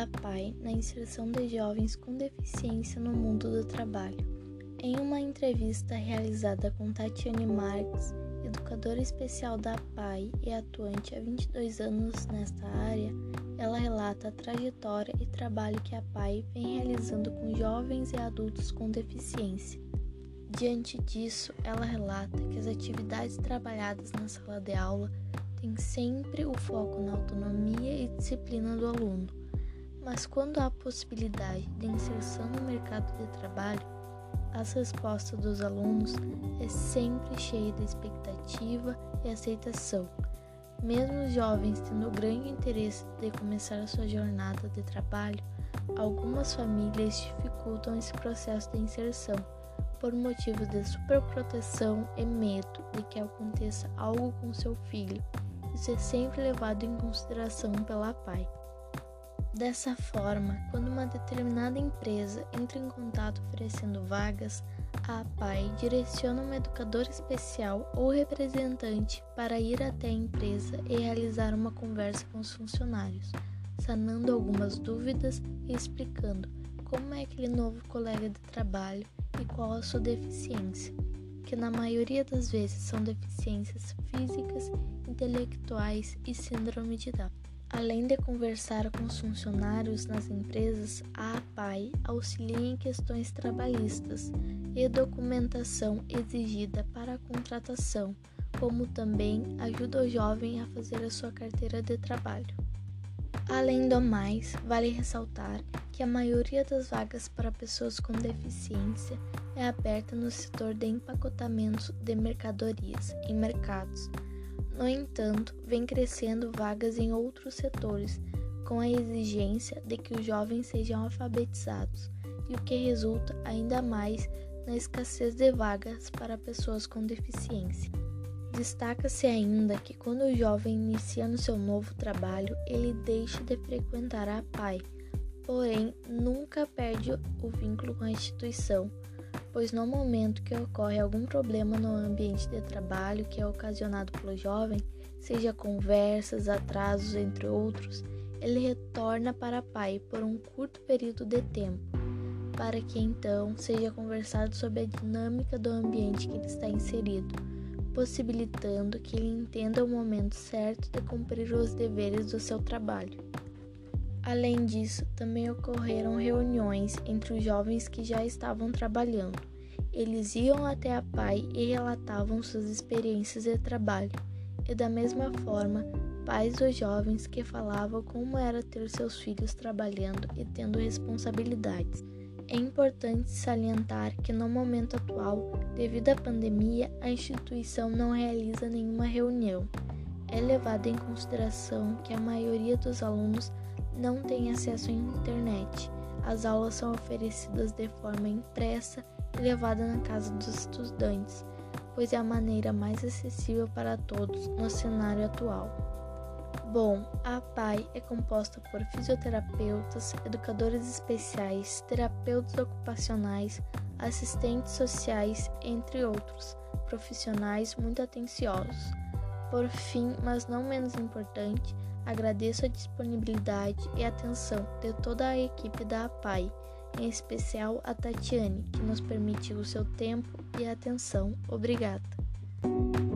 da APAE na inserção de jovens com deficiência no mundo do trabalho. Em uma entrevista realizada com Tatiane Marques, educadora especial da APAE e atuante há 22 anos nesta área, ela relata a trajetória e trabalho que a APAE vem realizando com jovens e adultos com deficiência. Diante disso, ela relata que as atividades trabalhadas na sala de aula têm sempre o foco na autonomia e disciplina do aluno, mas quando há possibilidade de inserção no mercado de trabalho, as respostas dos alunos é sempre cheia de expectativa e aceitação. Mesmo os jovens tendo grande interesse de começar a sua jornada de trabalho, algumas famílias dificultam esse processo de inserção por motivos de superproteção e medo de que aconteça algo com seu filho. Isso é sempre levado em consideração pela APAE. Dessa forma, quando uma determinada empresa entra em contato oferecendo vagas, a APAE direciona um educador especial ou representante para ir até a empresa e realizar uma conversa com os funcionários, sanando algumas dúvidas e explicando como é aquele novo colega de trabalho e qual a sua deficiência, que na maioria das vezes são deficiências físicas, intelectuais e síndrome de Down. Além de conversar com os funcionários nas empresas, a APAE auxilia em questões trabalhistas e documentação exigida para a contratação, como também ajuda o jovem a fazer a sua carteira de trabalho. Além do mais, vale ressaltar que a maioria das vagas para pessoas com deficiência é aberta no setor de empacotamento de mercadorias em mercados. No entanto, vem crescendo vagas em outros setores, com a exigência de que os jovens sejam alfabetizados, e o que resulta ainda mais na escassez de vagas para pessoas com deficiência. Destaca-se ainda que quando o jovem inicia no seu novo trabalho, ele deixa de frequentar a APAE, porém nunca perde o vínculo com a instituição, pois no momento que ocorre algum problema no ambiente de trabalho que é ocasionado pelo jovem, seja conversas, atrasos, entre outros, ele retorna para a APAE por um curto período de tempo, para que então seja conversado sobre a dinâmica do ambiente que ele está inserido, possibilitando que ele entenda o momento certo de cumprir os deveres do seu trabalho. Além disso, também ocorreram reuniões entre os jovens que já estavam trabalhando. Eles iam até a APAE e relatavam suas experiências de trabalho, e da mesma forma, pais dos jovens que falavam como era ter seus filhos trabalhando e tendo responsabilidades. É importante salientar que no momento atual, devido à pandemia, a instituição não realiza nenhuma reunião. É levado em consideração que a maioria dos alunos não tem acesso à internet. As aulas são oferecidas de forma impressa e levada na casa dos estudantes, pois é a maneira mais acessível para todos no cenário atual. Bom, a APAE é composta por fisioterapeutas, educadores especiais, terapeutas ocupacionais, assistentes sociais, entre outros, profissionais muito atenciosos. Por fim, mas não menos importante, agradeço a disponibilidade e atenção de toda a equipe da APAE, em especial a Tatiane, que nos permitiu o seu tempo e atenção. Obrigada.